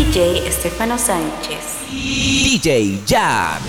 DJ Estefano Sánchez. DJ Jack.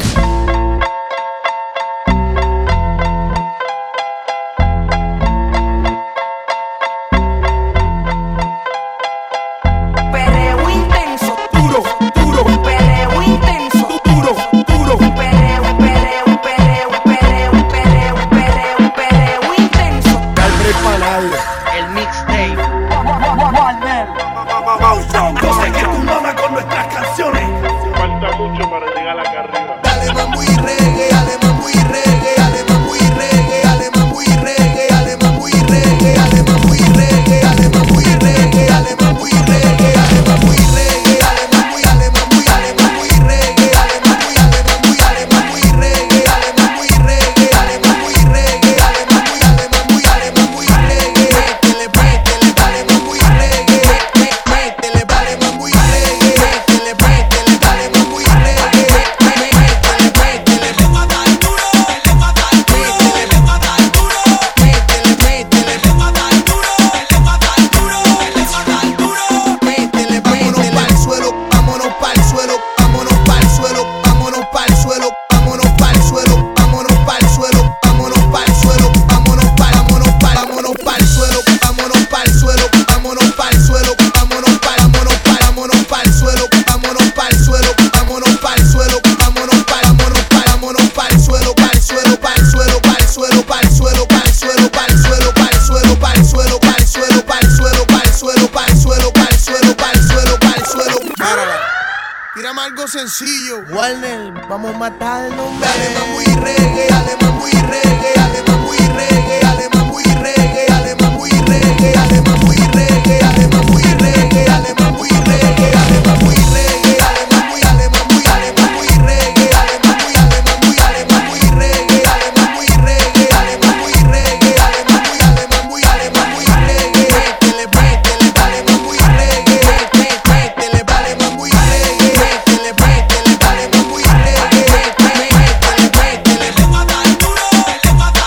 Sencillo, Warner, vamos a matarnos. Dale mambo y reggae, dale mambo y reggae, dale mambo y reggae, dale mambo y reggae, dale mambo y reggae, dale mambo y reggae, dale mambo y reggae, dale mambo y reggae, dale mambo y reggae, dale mambo y dale mambo y dale mambo y reggae, dale mambo y dale mambo y dale mambo y reggae, dale mambo y reggae, dale mambo y reggae, dale mambo y dale mambo y dale mambo y reggae, métele, métele, dale mambo y reggae, métele, dale mambo y reggae, métele, métele, dale mambo y reggae, métele, métele, le va a dar duro, le va a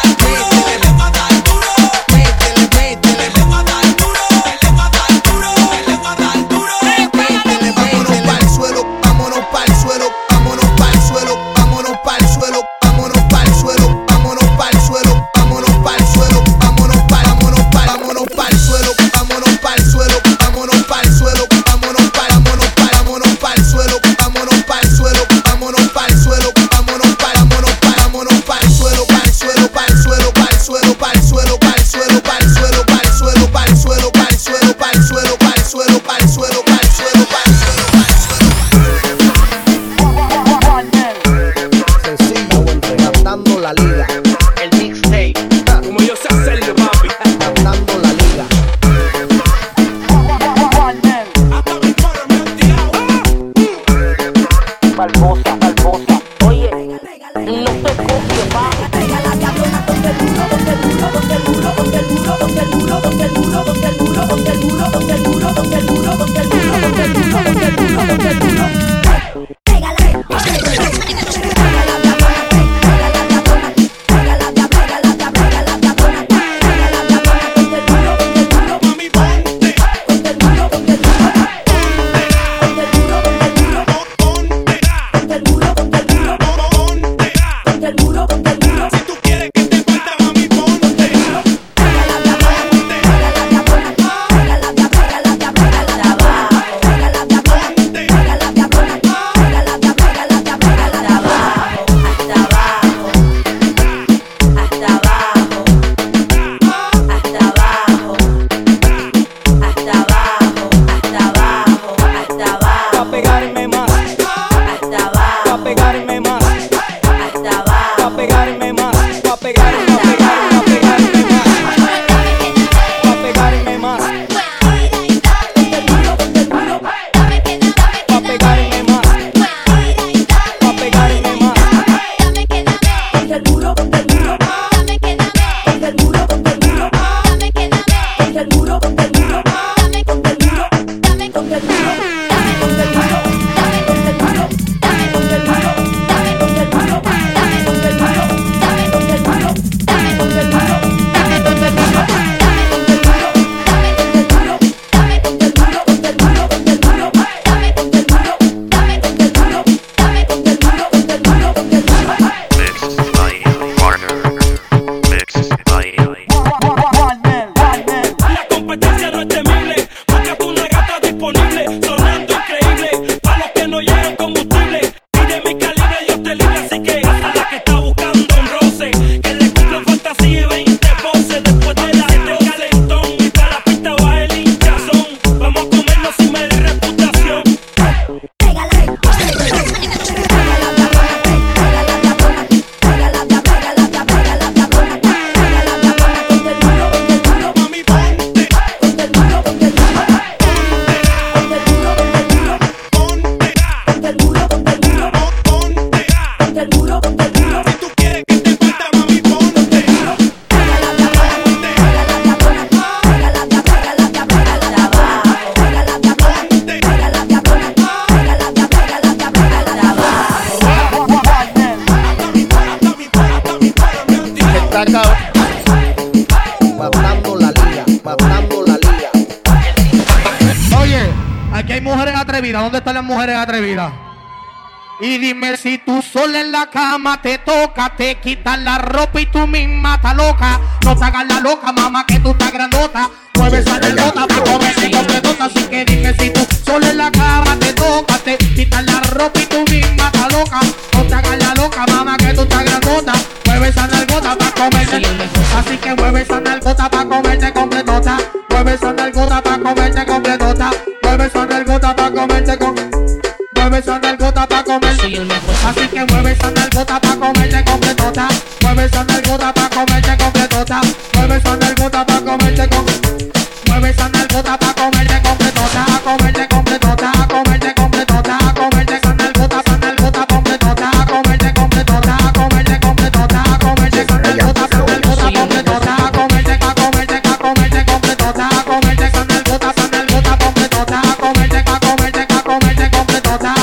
atrevidas? ¿Dónde están las mujeres atrevidas? Y dime si tú sola en la cama te toca, te quitas la ropa y tú misma estás loca. No te hagas la loca, mamá, que tú estás grandota. Mueve esa nalgota pa' comerse completota. Así que dime si tú sola en la cama te toca, te quitas la ropa y tú misma estás loca. No te hagas la loca, mamá, que tú estás grandota. Mueve esa nalgota pa' comerse. Así que mueve esa nalgota pa' comerte completota. Mueve esa nalgota pa' comerte completota. Mueve esa nalgota pa' comerte mueve esa nalgota pa' comer. Así que mueve esa nalgota pa' comerte completota. Mueve esa nalgota pa' comerte completota. Mueve esa nalgota pa' comerte mueve esa nalgota pa' comerte completota. A comerte completota. A comerte completota. A comerte esa nalgota completota. A comerte completota. A comerte completota. A comerte esa nalgota completota. A comerte completota. A comerte esa nalgota completota. A comerte completota.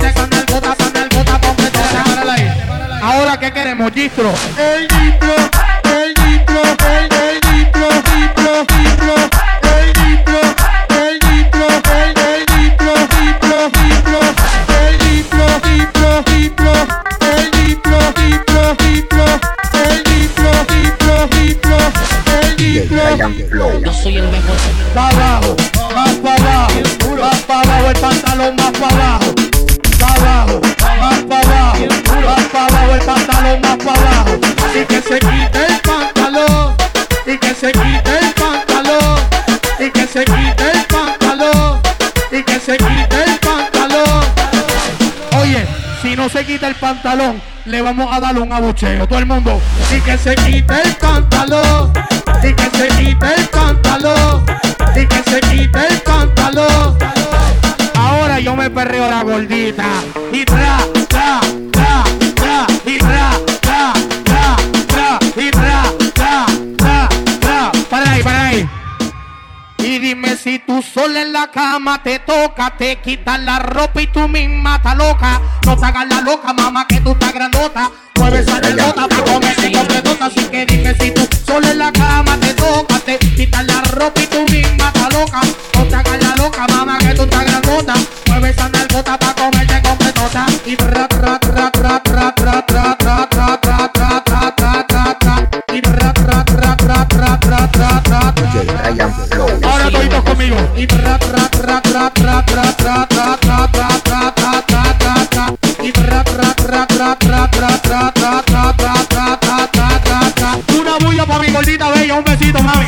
Ahora, ¿qué queremos, Gistro? El Gistro, el Gistro, el Gistro, Gistro, Gistro, el Gistro, el Gistro, el Gistro, Gistro, Gistro, el Gistro, Gistro, Gistro, el Gistro, Gistro, Gistro, el Gistro, Gistro, Gistro, el Gistro. Yo soy el mejor. Pa' abajo, más pa' abajo, más pa' abajo el pantalón, más pa' abajo. Pa' abajo, más pa' abajo, más pa' abajo el pantalón, más pa' abajo. Y que se quite el pantalón, y que se quite el pantalón, y que se quite el pantalón, y que se quite el pantalón. Oye, si no se quita el pantalón, le vamos a dar un abucheo, todo el mundo. Y que se quite el pantalón, y que se quite el pantalón, y que se quite el pantalón. Ahora yo me perreo la gordita y tra, tra, tra, tra, y tra, tra, tra, tra, y tra, tra, tra, tra. Para ahí. Y dime si tú sola en la cama te toca, te quitas la ropa y tú misma estás loca. No te hagas la loca, mamá, que tú estás grandota. Mueve esa nalgota pa' comerse completota. Así que dime si tú sola en la cama te toca, te quitas la ropa y tú misma estás loca. No te hagas la loca, mamá, que tú estás grandota. Mueve esa nalgota pa' comerte completota. Y tra, tra, tra, tra, tra, tra, tra, tra, tra, tra, tra, tra, tra, tra, tra. Y tra, tra, tra, tra, tra, tra, tra, tra, tra. Ahora toditos conmigo. Y tra, tra, tra, tra, tra, tra, tra, tra, tra, tra, tra, tra, tra, tra, tra. Y tra, tra, tra, tra, tra, tra, tra, tra, tra, tra, tra, tra, tra, tra, tra. Una bulla pa' mi gordita bella, un besito, mami.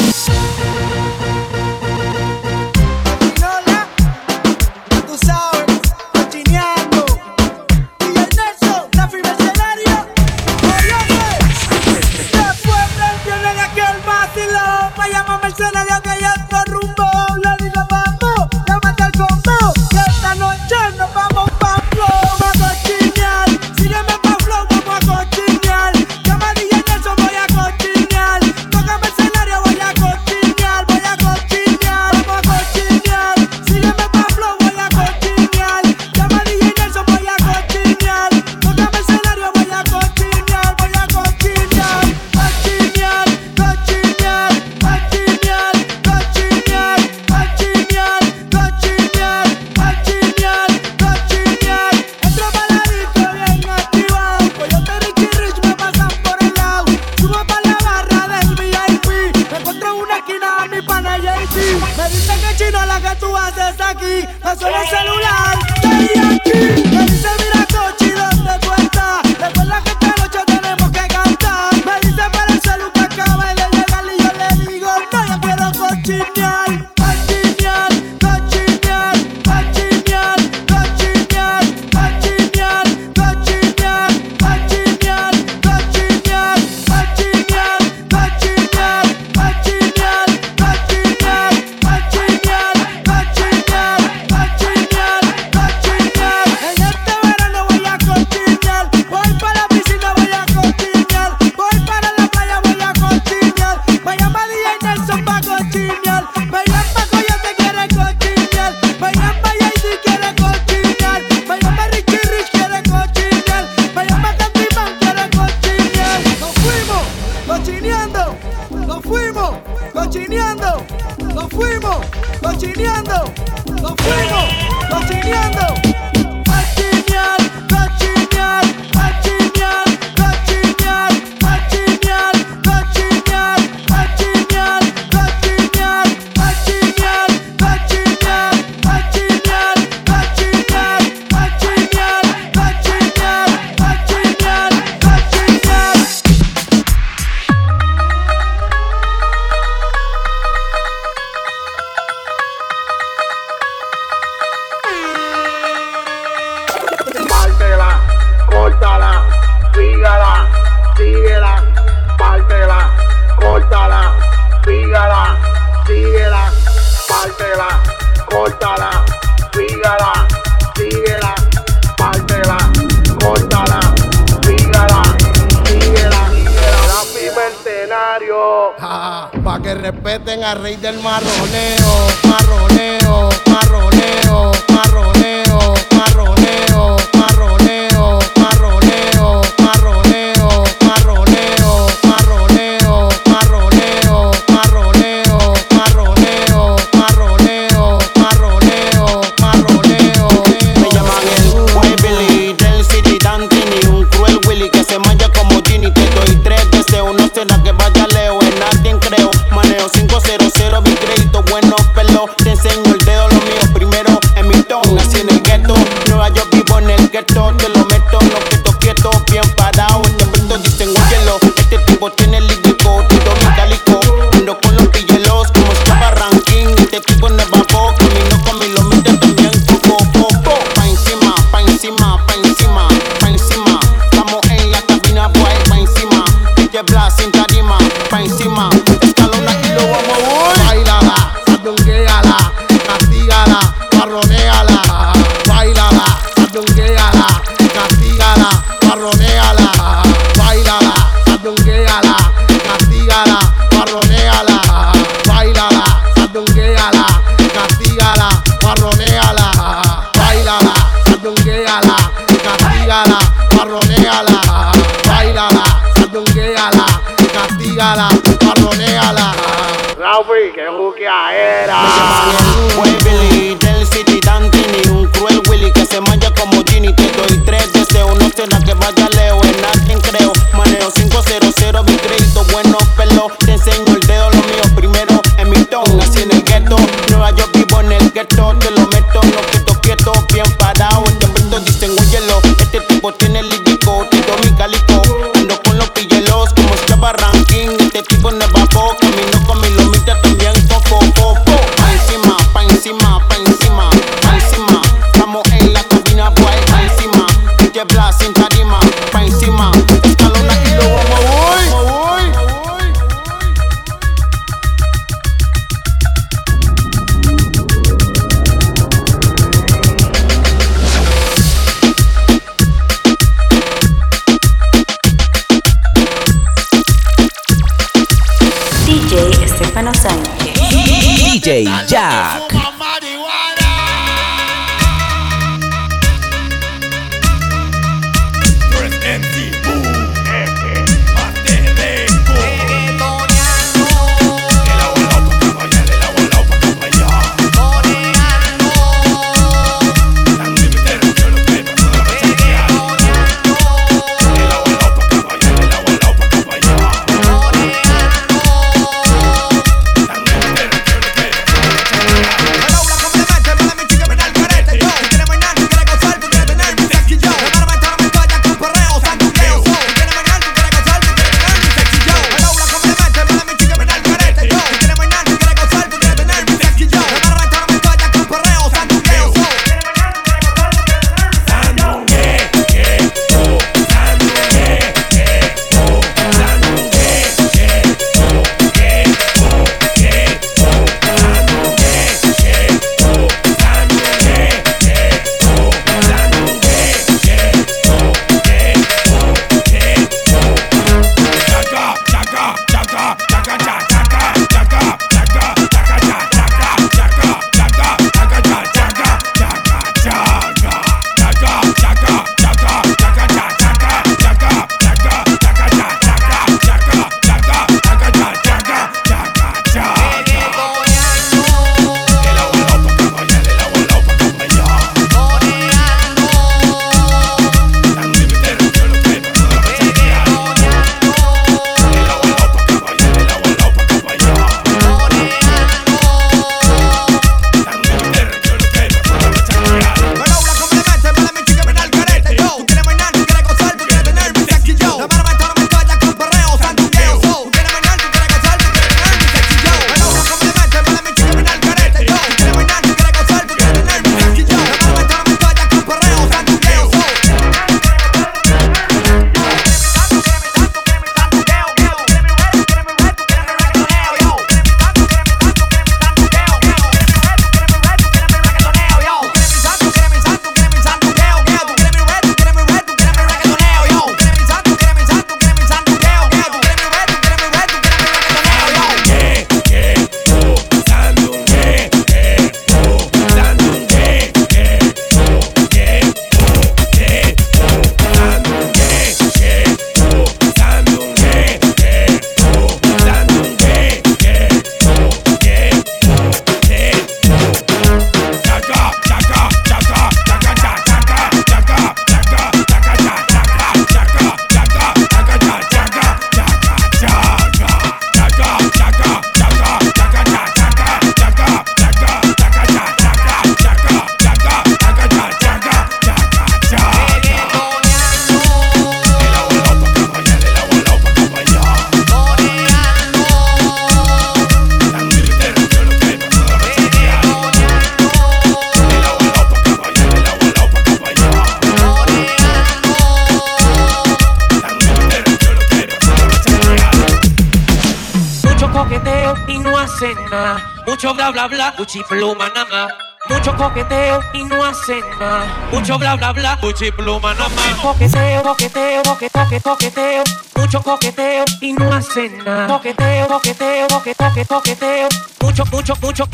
Me dice que chino la que tú haces aquí. No suena el celular, te aquí. Me dice mira Cochi, ¿dónde tú estás? Recuerda que esta noche tenemos que cantar. Me dice para el celu que acaba de llegar y yo le digo no, yo quiero cochinear. Cochinear, cochinear, cochinear, cochinear, cochinear, cochinear, cochinear, cochinear, cochinear, cochinear, cochinear, cochinear, cochinear, cochinear, cochinear, cochinear. En este verano voy a cochinear. Voy para la piscina, voy a cochinear. Voy para la playa, voy a cochinear. Me llama DJ Nelson pa' cochinear. Me llama Coyote, quiere cochinear. Me llama JD, quiere cochinear. Me llama Ricky Rich, quiere cochinear. Me llama Candyman, quiere cochinear. Nos fuimos cochineando. Nos fuimos cochineando. nos fuimos, cochineando, nos fuimos, cochineando. Cochinear, cochinear, cochinear, cochinear, cochinear, cochinear, cochinear, cochinear, cochinear, cochinear, cochinear, cochinear, cochinear, cochinear, cochinear, cochinear. Pártela, córtala, sígala, síguela, pártela, córtala, sígala, síguela, pártela, córtala, sígala, síguela, pártela, córtala, sígala, síguela, Rafi Mercenario. Pa' que respeten al rey del marroneo, marroneo, marroneo, marroneo, marroneo, marroneo, marroneo, marroneo, marroneo, marroneo, marroneo, marroneo, marroneo, marroneo, marroneo, marroneo. Me llaman el Waverly del City Dantini, un cruel Willy que se malla como Ginny. Te doy 3 deseos, no será que vaya Leo, en nadie creo. Maneo 500, mi crédito, buenos pelos. Te enseño el dedo, lo mío primero en mi tono. Nací en el ghetto, Nueva York, vivo en el ghetto. Te lo meto, no quieto, bien parado. Este punto dicen, óyelo, este tipo tiene lírico, tiro mi calico. Ando con los pillelos, como estaba ranking. Este tipo no es babo, camino con mi lomita también. Poco, pa' encima, pa' encima, pa' encima, pa' encima. Estamos en la cabina, boy, pa' encima. DJ Blas sin tarima, pa' encima. Escalona y lo vamos, boy. Bailala, sandunguéala, castígala, marronéala. Bailala, sandunguéala, castígala, marronéala. Bailala, sandunguéala, castígala, marronéala. Bailala, sandunguéala, castígala, marronéala. Bailala, sandunguéala, castígala, marronéala. Bailala, sandunguéala, castígala, marronéala. Rafi, que juqueadera. Waverly del City Dantini, un cruel Willy que se malla como Ginny. Te doy 3 deseos, no será que vaya Leo, en nadie creo. Maneo 500, mi crédito, buenos pelos. Te enseño el dedo, lo mío primero en mi tono. Nací en el ghetto, Nueva York, vivo en el ghetto. Te lo meto, no quieto, bien parado. Este punto dicen, óyelo, este tipo tiene lírico, tiro mi calico. Ando con los pillelos, como estaba ranking. Este tipo no es babo, camino con mi lomita también. Poco, pa' encima, pa' encima, pa' encima, pa' encima. Estamos en la cabina, boy, pa' encima. DJ Blas sin tarima, pa' encima. Escalona y lo vamos, boy. DJ Estefano Sánchez. DJ Jack. Hello, hacen nada. Mucho bla bla bla, cuchipluma nada más. Mucho coqueteo y no hacen nada. Mucho bla bla bla, cuchipluma nada más. Coqueteo, coqueteo, coqueteo. Mucho coqueteo y no hacen nada. Coqueteo, coqueteo. Mucho coqueteo, mucho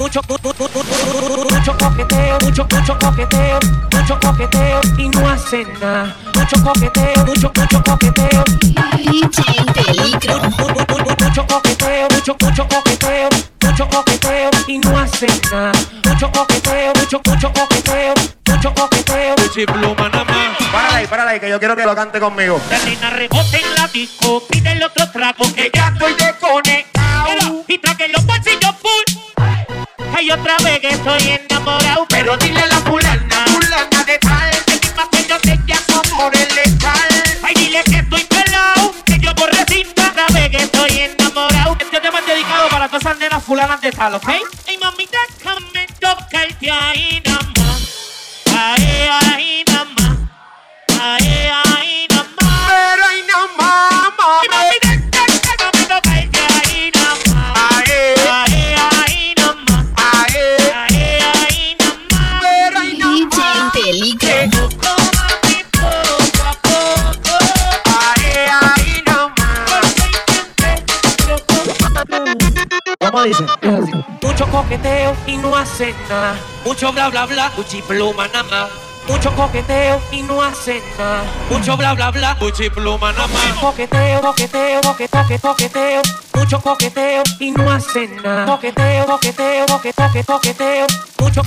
coqueteo y no hacen nada. Mucho coqueteo. DJ Peligro. Mucho coqueteo y no hacen nada. Mucho coqueteo. Cuchipluma nada más. Párala ahí, que yo quiero que lo cante conmigo. La nena rebote en la disco, pide el otro trago, que ya estoy desconectado. Y traje los bolsillos full. Hay otra vez que estoy enamorado. Pero dile a la fulana de tal, que mi más que yo sé que amor el letal. Ay, dile que estoy pelado, que yo por recinto. Otra vez que estoy enamorado. Este tema es dedicado para todas esas nenas fulanas de tal, ¿ok? Ay, mamita, déjame tocarte ahí nada más. Ahí nada más. Ahí nada más. Pero ahí nada más, mami. Y mamita, déjame tocarte ahí nada más. Ahí nada más. Ahí nada más. Pero ahí nada más. DJ Peligro. ¿Cómo dice? Mucho coqueteo y no hacen nada. Mucho bla bla bla, cuchipluma nada más. Mucho coqueteo y no hacen nada. Mucho bla bla bla, cuchipluma nada más. Coqueteo. Mucho coqueteo y no hacen nada. Coqueteo. Mucho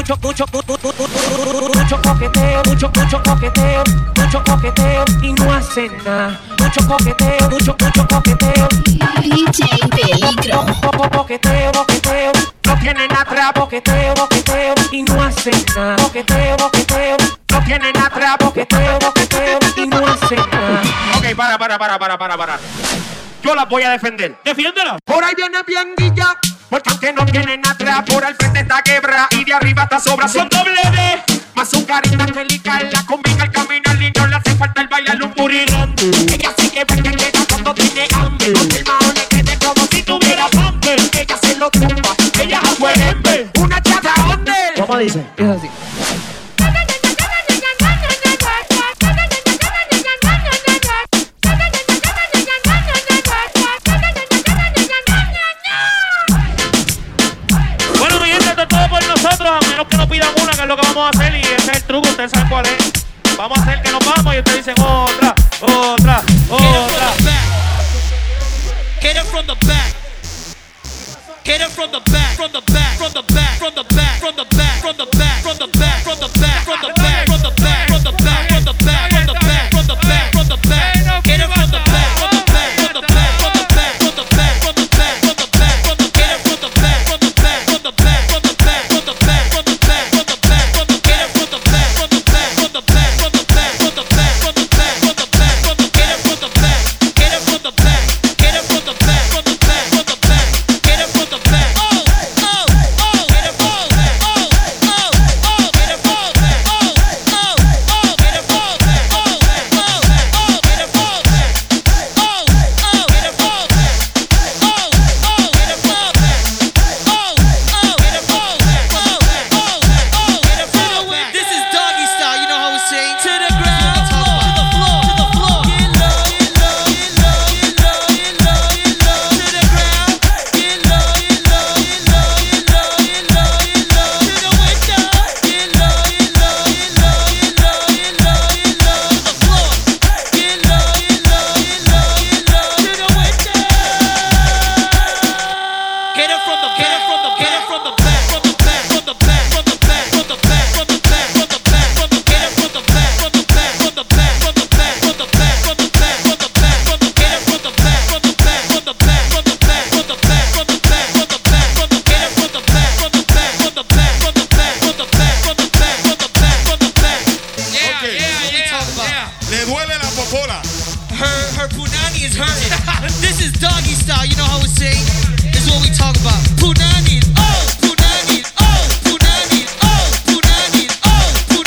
coqueteo y no hacen nada. Mucho coqueteo. DJ Peligro. Coqueteo. No tienen atrás. Coqueteo y no hacen nada. Coqueteo. No tienen atrás. Coqueteo y no hacen nada. Ok, para. Yo las voy a defender. Defiéndela. Por ahí viene bien guilla, porque aunque no tienen atrás, por al frente está quebra y de arriba está sobra. Son doble D. Más su carita angelical, la combina al caminar y no le hace falta el bailar un burirón. Ella sí que ve que llega cuando tiene hambre. Porque el maón le quede como si tuviera hambre. Ella se lo tumba, ella es afuerembe. Una chata donde. ¿Cómo dice? Es así. A menos que nos pidan una, que es lo que vamos a hacer, y ese es el truco, ustedes saben cuál es. Vamos a hacer que nos vamos y ustedes dicen otra. Get it from the back. Get it from the back. From the back. From the back. From the back. From the back. From the back. From the back. From the back. From the back. From the back. From the back. From the back. From the back. From the back. From the back. Get it from the back. From the back. From the back. From the back. From the back. From the back. From the back. From the get it from the back. From the back. From the back. From the back. From the back. From the back. From the back. From the get it from the back. From the back. From the back. From the back. From the back. From the back. From the back. From the get it from the back. Get it from the back. Get it from the back. From the back. From the back. Get it from the back. Her punani is hurting. This is doggy style, you know how we say. This is what we talk about. Punani, oh, punani, oh, punani, oh, punani, oh, punani.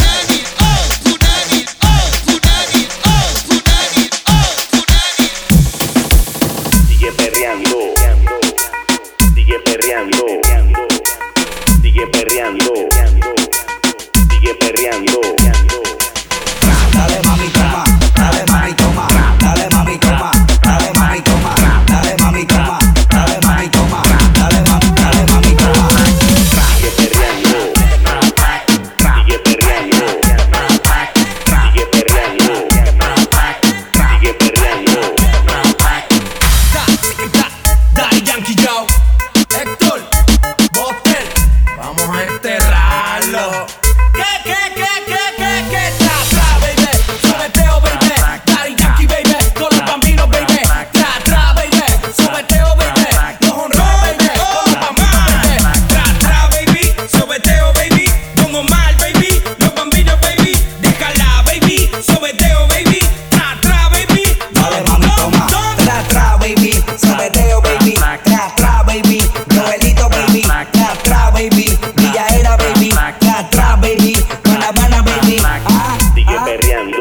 perreando, sigue perreando, sigue perreando. Dale mami toma, dale mami toma, dale mami toma, dale mami toma, dale mami toma, dale mami toma, dale mami toma. Sigue perreando, sigue perreando, sigue perreando, sigue perreando. Daddy Yankee Joe, Héctor, Botel, vamos a enterrarlo. ¿Qué? Tra, tra, baby, sobeteo, baby, Daddy Yankee, baby, con los bambinos, baby, tra, baby, sobeteo, baby, los honros, baby, con los bambinos, baby, tra, baby, sobeteo, baby, Don Omar, baby, los bambinos, baby, déjala, baby, sobeteo, baby, tra, baby, Dale mami toma, tra, baby, sobeteo, baby, tra, baby, Joelito, baby, tra, baby, Villaera, baby, tra, baby, Habana, baby. Sigue perreando.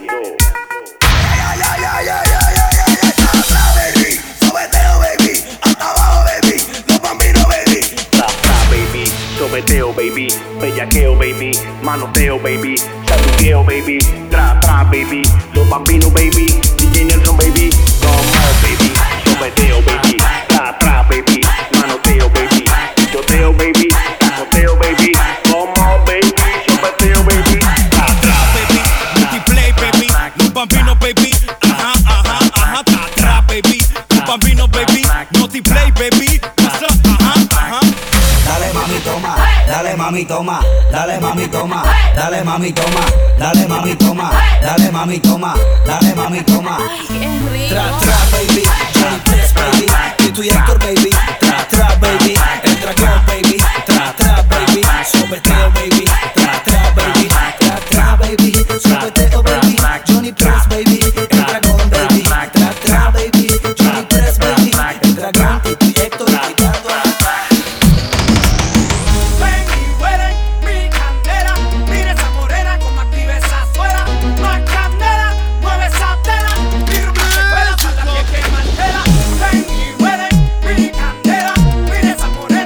Sobeteo, baby, hasta abajo, baby, los bambinos, baby. Baby, sobeteo, baby, bellaqueo, baby, manoteo, baby, saludeo, baby, tra, baby, los bambinos, baby, DJ Nelson, baby, come on, baby, sobeteo, baby, tra, baby, manoteo, baby, choteo, baby, sacoteo, baby, come on, baby, sobeteo, baby, Tra, baby, multiplay, baby, los bambinos, baby, ajá, tra, baby, los bambinos, baby, multiplay, baby, ajá. Dale mami toma, dale mami toma, dale mami toma, dale mami toma, dale mami toma, dale mami toma, dale mami toma. Tra, baby, Johnny Press, baby, Tito y Héctor, baby, tra, baby, el dragón, baby, tra, baby, sobeteo, baby, tra, baby, tra, baby, sobeteo, baby, Johnny Press, baby, el dragón, baby, tra, baby, Johnny Press, baby, el dragón, Tito y Héctor, gritando. Ven y huele mi candela, mira esa morena como activa esa suela. Más candela, mueve esa tela, mira una secuela para la que quema tela. Ven y huele mi candela, mira esa morena.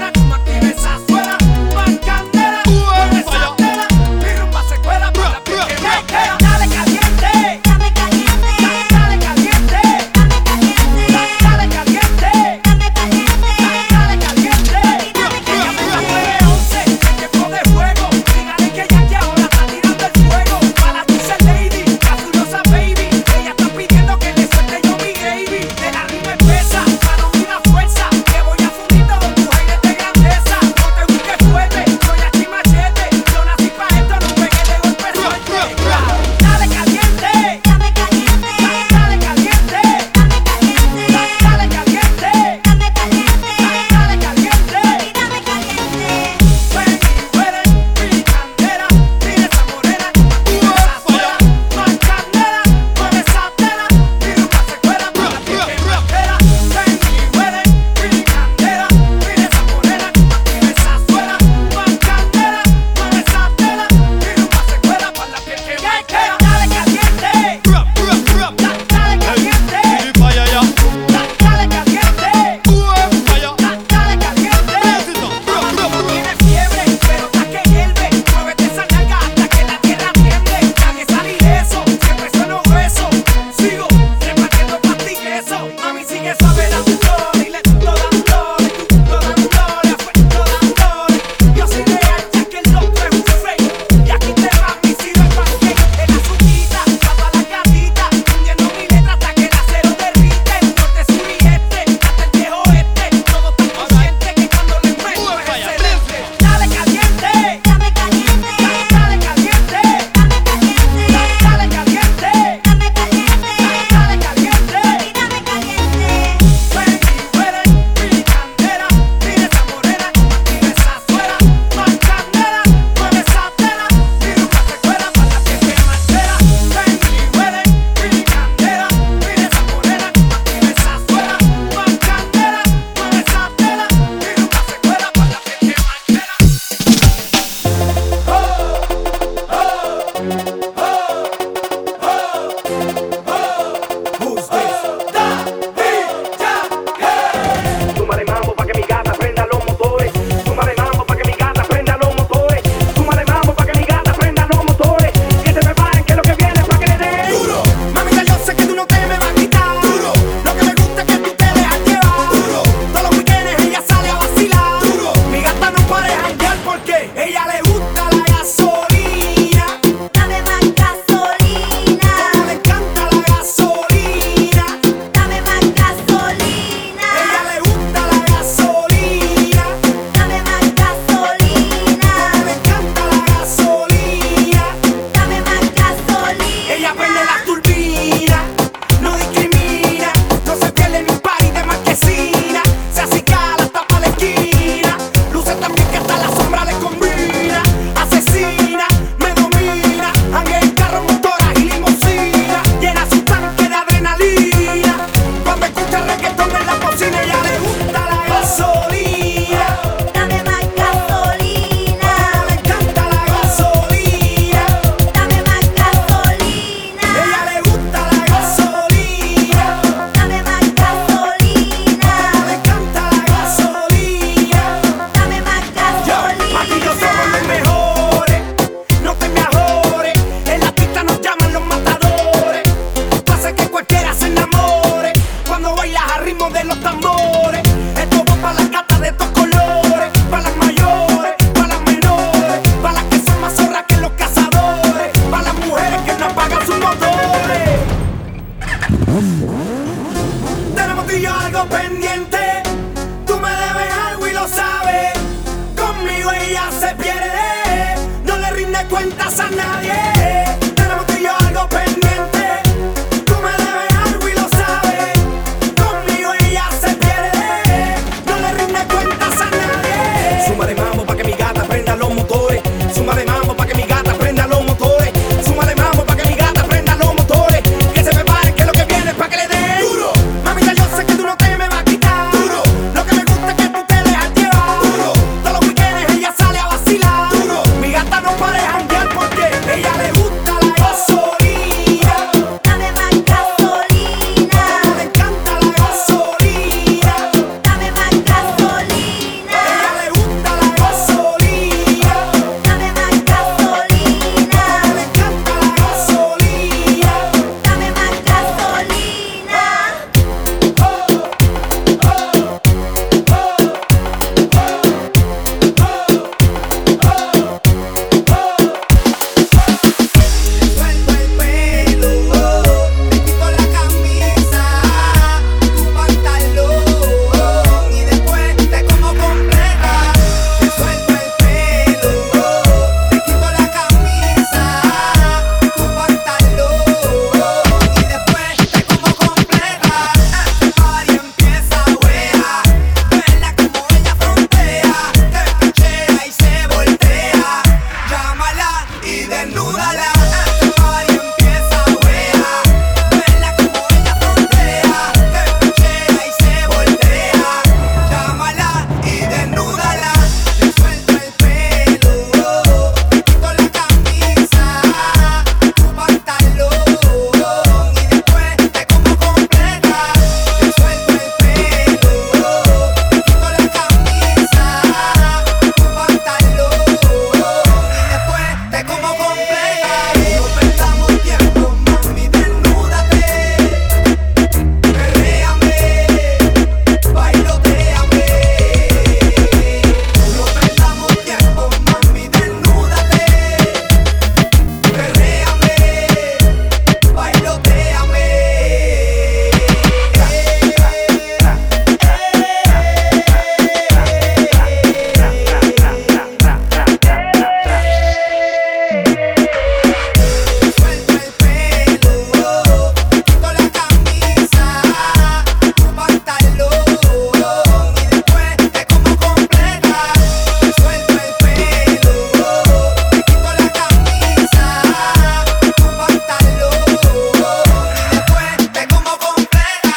rindes cuentas a nadie. Tenemos tú y yo algo pendiente. Tú me debes algo y lo sabes. Conmigo ella se pierde. No le rindes cuentas a nadie. Súmale mambo pa' que mi gata prenda los motores. Súmale mambo pa' que mi gata prenda los motores. Súmale mambo pa' que mi gata prenda los motores. Que se prepare que lo que viene es pa' que le den duro. Mamita, yo sé que tú no te me vas a quitar duro. Lo que me gusta es que tú te dejas llevar duro. Todos los weekends ella sale a vacilar duro. Mi gata no para de janguear porque ella le gusta la gasolina. Dame más gasolina. Le encanta la gasolina. Dame más gasolina. Ella le gusta la gasolina. Dame más gasolina. Le encanta la gasolina. Dame más gasolina. Suelto el pelo, te quito la camisa, tu pantalón y después te como completa. Te suelto el pelo, te quito la camisa, tu pantalón y después te como completa. Este party empieza wea, vela como ella frontea, te pechea y se voltea. Llámala y desnúdala. Este party empieza wea, vela como ella frontea, te pechea y se voltea. Llámala y desnúdala. Te suelto el pelo, te quito la camisa, tu pantalón y después te como completa. Te suelto el pelo, te quito la camisa, tu pantalón y después te como completa. No perdamos tiempo, mami, desnúdate. Perréame, bailotéame. No perdamos tiempo, mami, desnúdate. Perréame, bailotéame. Suelto el pelo, te quito la camisa, tu pantalón y después te como completa. Te suelto el pelo, te quito la camisa, tu pantalón y después te como completa.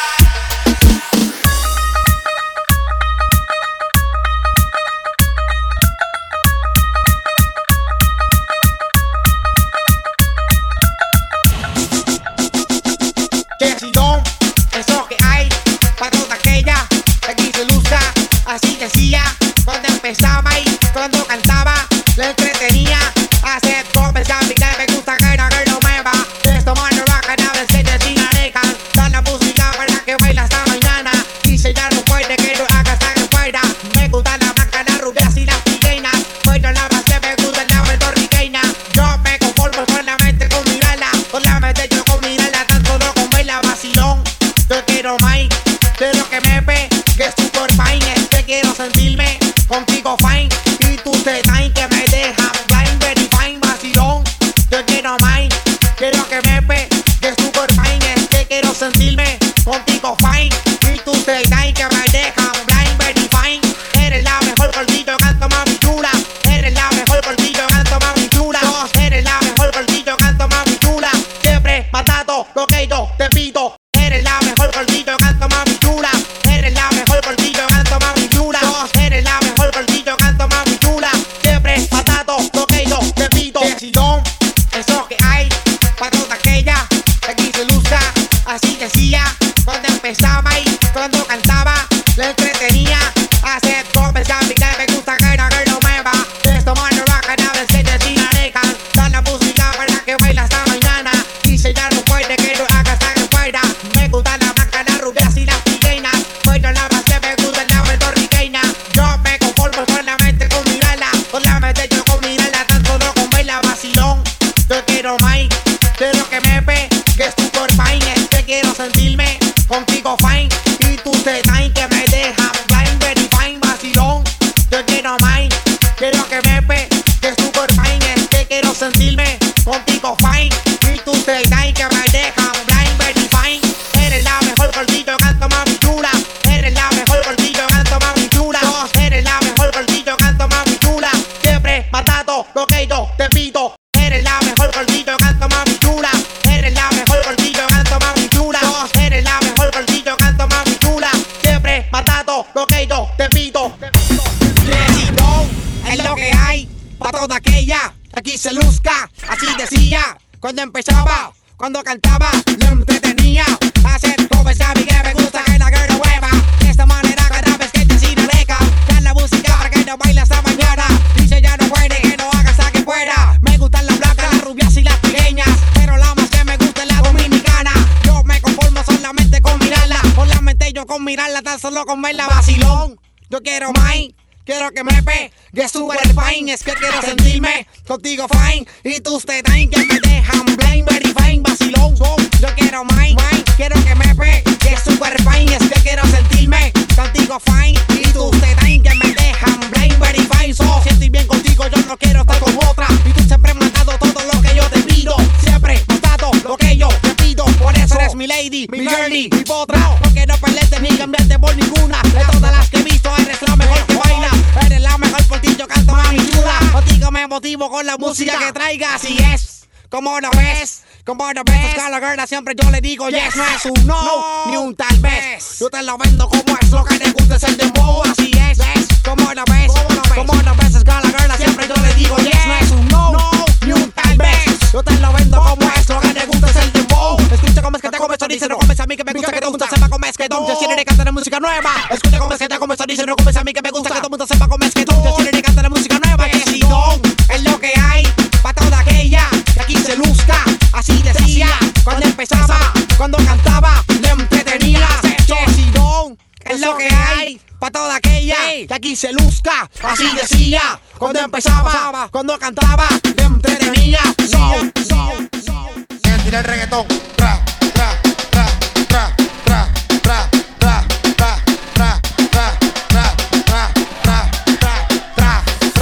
Chesidón, eso que hay, pa' toda aquella que aquí se lucha, así decía, cuando empezaba y cuando cantaba, le entretenía, hacer comercial, y que me gusta que no mueva, esto mano rock, a veces se destinaré, cantar la música para que baila hasta mañana, y si ya no puede que lo haga hasta que pueda, me gusta la blanca, las rubias y las trigueñas, bueno la base me gusta la puertorriqueña, yo me conformo solamente con mirarla, solamente yo con mirarla, tan solo con verla vacilón, yo quiero más, quiero que me ve, que es super fine, es que quiero sentirme contigo fine, y tú te traes que me deja blind, very fine, vacilón, yo quiero más, quiero que me ve, que es super fine, es que quiero sentirme contigo fine, y tú te traes que me deja blind, very fine, eres la mejor gordillo, canto mami chula, eres la mejor gordillo, canto mami chula, eres la mejor gordillo, canto mami chula, siempre matado lo que yo te pido, eres la mejor gordillo, canto mami chula, eres la mejor gordillo, canto mami chula, eres la mejor gordillo, canto mami chula, siempre matado lo que yo te pido. Decidón, eso que hay, pa' toda aquella que aquí se lucha, así decía, cuando empezaba y cuando cantaba, le entretenía, hacer comercial, y que me gusta que no mueva, esto mano rock, a veces se destinaré, cantar la música para que baila hasta mañana, y si ya no puede que lo haga hasta que pueda, me gusta la blanca, las rubias y las trigueñas, bueno la base me gusta la puertorriqueña, yo me conformo solamente con mirarla, solamente yo con mirarla, tan solo con verla vacilón, yo quiero más, quiero que me ve, que es super fine, es que quiero sentirme contigo fine, y tú te traes que me deja blind, very fine, vacilón, yo quiero más, quiero que me ve, que es super fine, es que quiero sentirme pa' toda aquella que aquí se luzca. Así decía cuando empezaba, cuando cantaba, lo entretenía. Hacer joven sabe que me gusta que la girl mueva. De esta manera cada vez que te siga leca. Ya la música para que no baile hasta mañana. Dice ya no puede, que no haga hasta que pueda. Me gustan las blancas, las rubias y las pequeñas, pero la más que me gusta es la dominicana. Yo me conformo solamente con mirarla. Solamente yo con mirarla, tan solo con verla vacilón. Yo quiero mine, quiero que me pegue super fine. Es que quiero sentirme contigo fine. Y tus tetas que me dejan blind, very fine, vacilón. Yo quiero mine, quiero que me pegue super fine. Es que quiero sentirme contigo fine. Y tus tetas que me dejan blind, very fine. Si estoy bien contigo, yo no quiero estar con otra. Y tú siempre me has dado todo lo que yo te pido. Siempre me has dado lo que yo te pido. Por eso eres mi lady, mi girlie, mi potra. No quiero perderte ni cambiarte por ninguna. De todas las que he visto, eres la mejor que baila. Eres la mejor por ti, yo canto mami chula. Contigo me motivo con la música que traigas. Y es como lo ves, como lo ves. Cada girl siempre yo le digo yes. No es un no, ni un tal vez. Yo te lo vendo como es, lo que te gusta es el dembow. Así es, como lo ves, como lo ves. Cada girl siempre yo le digo yes. No es un no, ni un tal vez. Yo te lo vendo como es, lo que te gusta es el dembow. Escucha cómo es que te comes, dice no comes a mí que me gusta que todo mundo sepa cómo es que tú. Yo quiero cantar música nueva. Escucha cómo es que te comes, dice no comes a mí que me gusta que todo mundo sepa cómo es que tú. Yo quiero cantar música nueva. Que si don es lo que hay pa' toda aquella que aquí se luzca. Así decía cuando empezaba, cuando cantaba, le entretenía. Que si don es lo que hay pa' toda aquella que aquí se luzca. Así decía cuando empezaba, cuando cantaba, le entretenía. Tira el reggaetón. Tra, tra, tra, tra, tra, tra, tra, tra, tra, tra, tra, tra, tra, tra,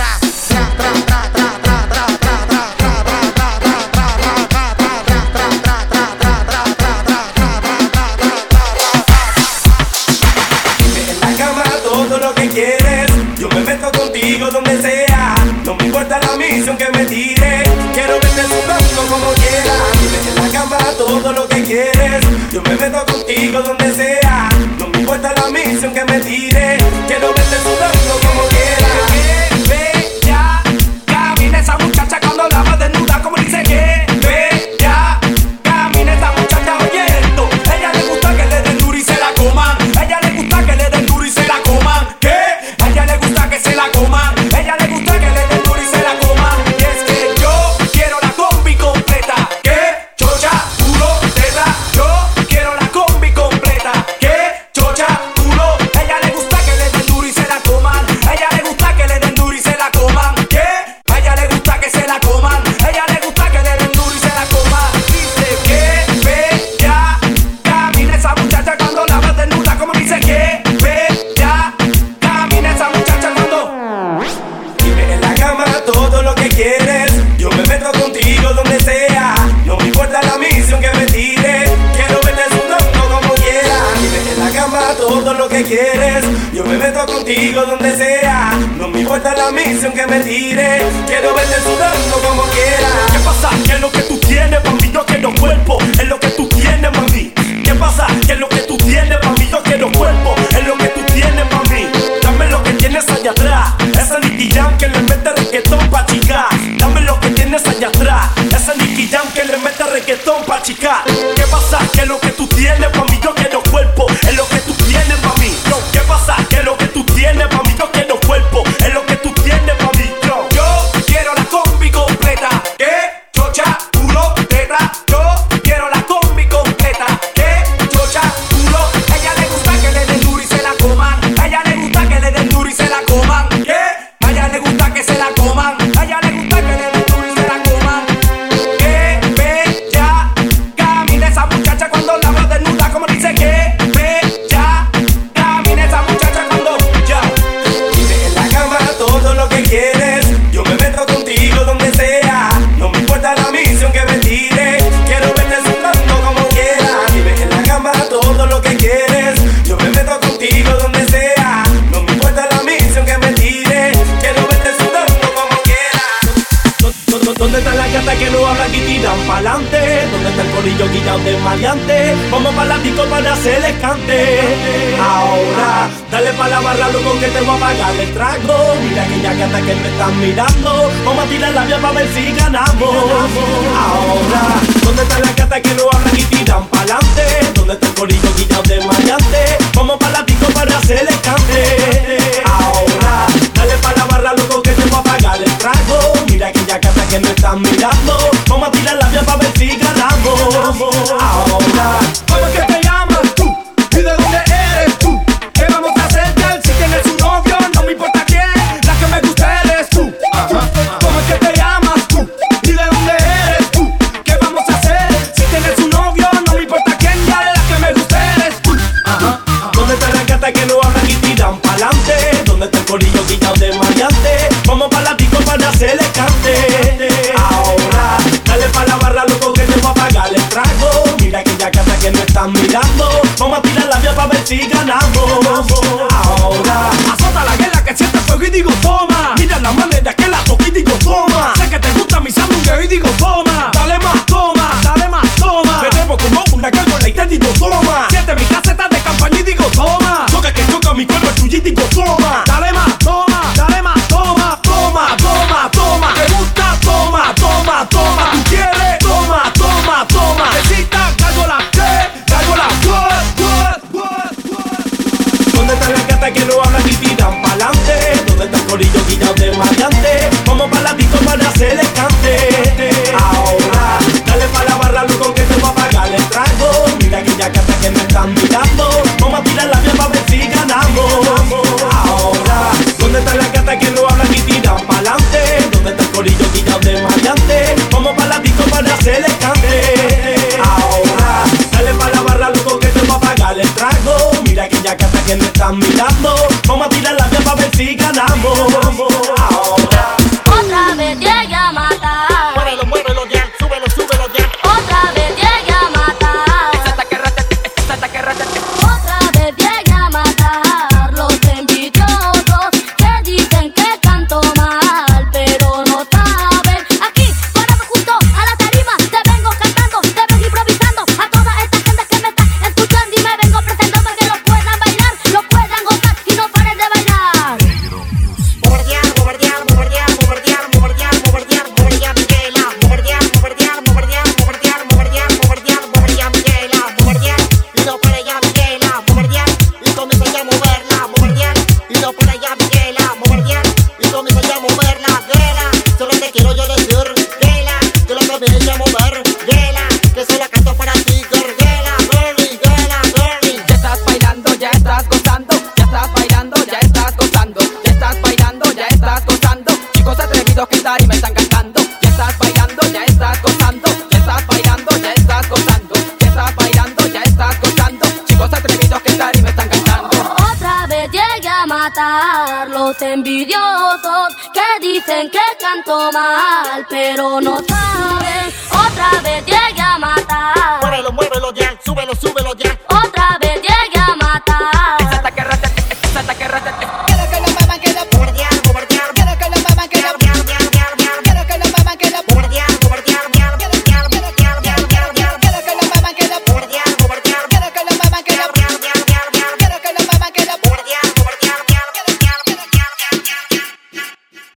Dime en la cama todo lo que quieres. Yo me meto contigo donde sea. No me importa la misión que me tire. Quiero verte sudando como quieras. Dime en la cama todo lo que quieres. Yo me meto contigo donde sea. No me importa la misión que me tire. Quiero verte sudando como quieras. Ve ya, camina esa muchacha cuando la va desnuda como dice que. Ve ya, camina esa muchacha oyendo. Ella le gusta que le den duro y se la coman. Ella le gusta que le den duro y se la coman. ¿Qué? A ella le gusta que se la coman. Ella le gusta que le den duro y se la coman. Y es que yo quiero la combi completa. ¿Qué? Chocha, culo, teta. Yo quiero la combi completa. ¿Qué? Chocha, culo. Ella le gusta que le den duro y se la coman. Ella le gusta que le den duro y se la coman. ¿Qué? A ella le gusta que se la coman. Ella le gusta que le den duro y se la coman. Dice que ve ya, camina esa muchacha cuando la vas desnuda como dice que ve ya, camina esa muchacha cuando. Dime en la cama todo lo que quieres. Yo me meto contigo donde sea. No me importa la misión que me tire. Quiero verte sudando como quieras. Dime en la cama todo lo que quieres. Yo me meto contigo donde sea. No me importa la misión que me tire. Quiero verte sudando como quieras. ¿Qué pasa? ¿Qué es lo que tú tienes, mami? Yo quiero cuerpo. Es lo que tú tienes, mami. ¿Qué pasa? ¿Qué es lo que tú tienes, mami? Yo quiero cuerpo. Es lo que tú tienes, mami. Dame lo que tienes allá atrás. Ese Nicky Jam que le mete reggaetón pa' chicar. Dame lo que tienes allá atrás. Ese Nicky Jam que le mete reggaetón pa' chicar. ¿Qué pasa? ¿Qué es lo que tú tienes, mami? Yo quiero cuerpo. Es lo que tú tienes, mami. ¿Qué pasa? ¿Qué es lo que tú tienes, mami? Yo quiero cuerpo. Es lo que tú tienes, mami. Yo quiero la combi completa. ¿Qué? Chocha, culo, teta. Yo quiero la combi completa. ¿Qué? Chocha, culo. A ella le gusta que le den duro y se la coman. A ella le gusta que le den duro y se la coman. ¿Qué? A ella le gusta que se la coman. A ella le gusta que le den duro y se la coman. ¿Qué? Ve ya, camina esa muchacha cuando la va desnuda como dice que. Ve ya, camina esa muchacha cuando ya. Dime en la cama todo lo que quieres. Yo me meto contigo donde sea. No me importa la misión que me tire. Quiero verte sudando como quieras. Dime en la cama todo lo que quieres. Yo me meto contigo donde sea. No me importa la misión que me tire. Quiero verte sudando como quieras. ¿Dónde están las gatas que no hablan y tiran pa'lante? ¿Dónde está el corillo guillao de maleante. Vamos pa' la disco para hacerle cante. Ahora, dale pa' la barra, loco, que te voy a pagar el trago. Mira que ya gata que me están mirando. Vamos a tirar la vía pa' ver si ganamos. Ahora, ¿dónde están las gatas que no hablan y tiran pa'lante? ¿Dónde está el corillo guillao de maleante? Vamos pa' la disco para hacerle cante. Ahora, dale pa' la barra, loco, que te voy a pagar el trago. Mira que ya gata que me están mirando. Vamos a tirar la vía pa' ver si ganamos. Ahora, ¿cómo es que te llamas tú? ¿Y de dónde eres tú? ¿Qué vamos a hacer, girl? Si tienes un novio, no me importa quién. La que me gusta eres tú. ¿Cómo es que te llamas tú? ¿Y de dónde eres tú? ¿Qué vamos a hacer? Si tienes un novio, no me importa quién. Girl, la que me gusta eres tú. ¿dónde están las gatas que no hablan y tiran pa'lante? ¿Dónde está el corillo guillao de maleante? Vamos pa' la disco para hacerle cante. Ahora, dale pa' la barra, loco, que te voy a pagar el trago. Mira que ya gata que no están mirando. Vamos a tirar la vía pa' ver si ganamos. Ahora, azota la guerra que siente fuego y digo toma. Mira la manera que la toco y digo toma. Sé que te gusta mi sandungueo y digo toma. Dale más toma, dale más toma. Me trepo como una gárgola y te digo toma. Siente mi caseta de campaña y digo toma. Toca que toca mi cuerpo el tuyo y digo toma. Dale más toma, dale más toma. Toma, toma, toma. Te gusta toma, toma, toma. Tú quieres toma, toma, toma. Necesitas gárgola que, gárgola ¿dónde están las gatas que no hablan y tiran pa'lante? ¿Dónde está el corillo guillao de maleante? Vamos pa' la disco para hacerle cante. Ahora, dale pa' la barra, loco, que te voy a pagar el trago. Mira que ya gata que me están mirando. Vamos a tirar la vía pa' ver si ganamos. Ahora, ¿dónde están las gatas que no hablan y tiran pa'lante? ¿Dónde está el corillo guillao de maleante? Vamos pa' la disco para hacerle cante. Ahora, dale pa' la barra, loco, que te voy a pagar el trago. Mira que ya gata que me están mirando. Vamos a tirar la vía pa' ver si ganamos. Ahora, Otra vez llegué a matar. Muévelo, muévelo ya, súbelo, súbelo ya. Otra vez llegué a matar. Otra vez llegué a matar. Los envidiosos que dicen que canto mal, pero no saben. Aquí, parado junto a la tarima, te vengo cantando, te vengo improvisando. A toda esta gente que me está escuchando y me vengo presentando para que lo puedan bailar, lo puedan gozar y no paren de bailar. Bombardear, bombardear, bombardear, bombardear, bombardear, bombardear, bombardear, Miguela. Bombardear, bombardear, bombardear, bombardear, bombardear, bombardear, bombardear, Miguela. Bombardear, y no para allá, Miguela. Bombardear, y comienza ya a moverla. Bombardear, y no para allá, Miguela. Bombardear, y comienza ya a moverla. Gela, solo te quiero yo decir, Gela, que lo comienza a mover. Gela, que se la canto para ti, girl. Gela, girly, Gela, girly. Ya estás bailando, ya estás gozando. Ya estás bailando, ya estás gozando. Ya estás bailando, ya estás gozando. Chicos atrevidos que estar y me están cantando. Ya estás bailando, ya estás gozando. Ya estás bailando, ya estás gozando. Ya estás bailando, ya estás gozando. Chicos atrevidos que estar y me están cantando. Otra vez llegué a matar. Los envidiosos que dicen que canto mal, pero no saben. Otra vez llegué a matar. Muévelo, muévelo ya, súbelo, súbelo ya.